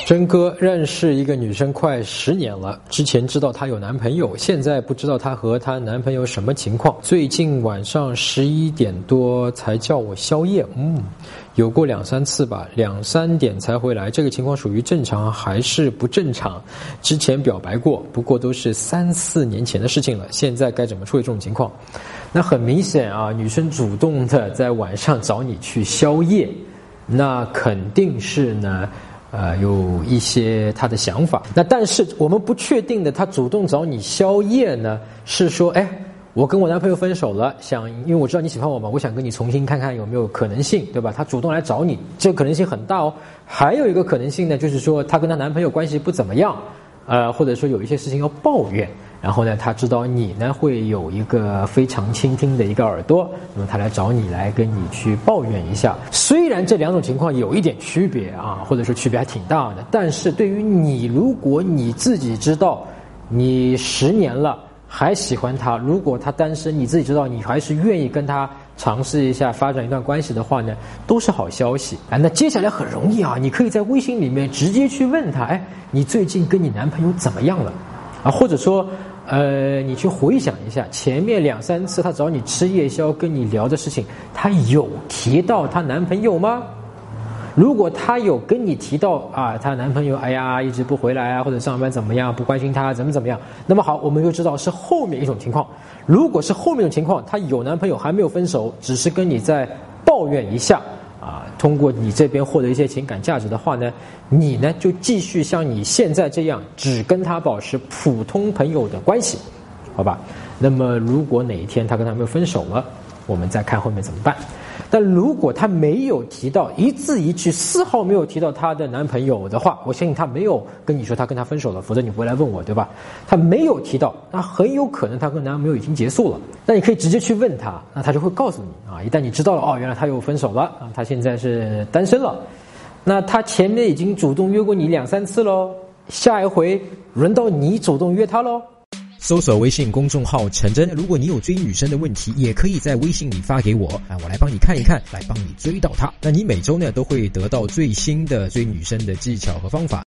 真哥认识一个女生快10年了，之前知道她有男朋友，现在不知道她和她男朋友什么情况。最近晚上11点多才叫我宵夜，有过2-3次吧，2、3点才回来。这个情况属于正常还是不正常？之前表白过，不过都是3、4年前的事情了。现在该怎么处理这种情况？那很明显啊，女生主动的在晚上找你去宵夜，那肯定是呢。有一些他的想法，那但是我们不确定的，他主动找你宵夜呢，是说，我跟我男朋友分手了，因为我知道你喜欢我嘛，我想跟你重新看看有没有可能性，对吧？他主动来找你，这个可能性很大哦。还有一个可能性呢，就是说她跟她男朋友关系不怎么样，或者说有一些事情要抱怨。然后呢，他知道你呢会有一个非常倾听的一个耳朵，那么他来找你来跟你去抱怨一下。虽然这两种情况有一点区别啊，或者说区别还挺大的，但是对于你，如果你自己知道你10年了还喜欢他，如果他单身，你自己知道你还是愿意跟他尝试一下发展一段关系的话呢，都是好消息。那接下来很容易啊，你可以在微信里面直接去问他，你最近跟你男朋友怎么样了？或者说你去回想一下前面2、3次她找你吃夜宵跟你聊的事情，她有提到她男朋友吗？如果她有跟你提到她男朋友一直不回来啊，或者上班怎么样，不关心她怎么样，那么好，我们就知道是后面一种情况。如果是后面的情况，她有男朋友还没有分手，只是跟你在抱怨一下通过你这边获得一些情感价值的话呢，你呢就继续像你现在这样，只跟他保持普通朋友的关系，好吧？那么如果哪一天他跟他们分手了，我们再看后面怎么办。但如果他没有提到，一字一句丝毫没有提到他的男朋友的话，我相信他没有跟你说他跟他分手了，否则你不会来问我，对吧？他没有提到，那很有可能他跟男朋友已经结束了。那你可以直接去问他，那他就会告诉你一旦你知道了，原来他又分手了他现在是单身了。那他前面已经主动约过你2、3次咯，下一回轮到你主动约他咯。 搜索微信公众号陈真，如果你有追女生的问题，也可以在微信里发给我我来帮你看一看，来帮你追到她。那你每周呢都会得到最新的追女生的技巧和方法。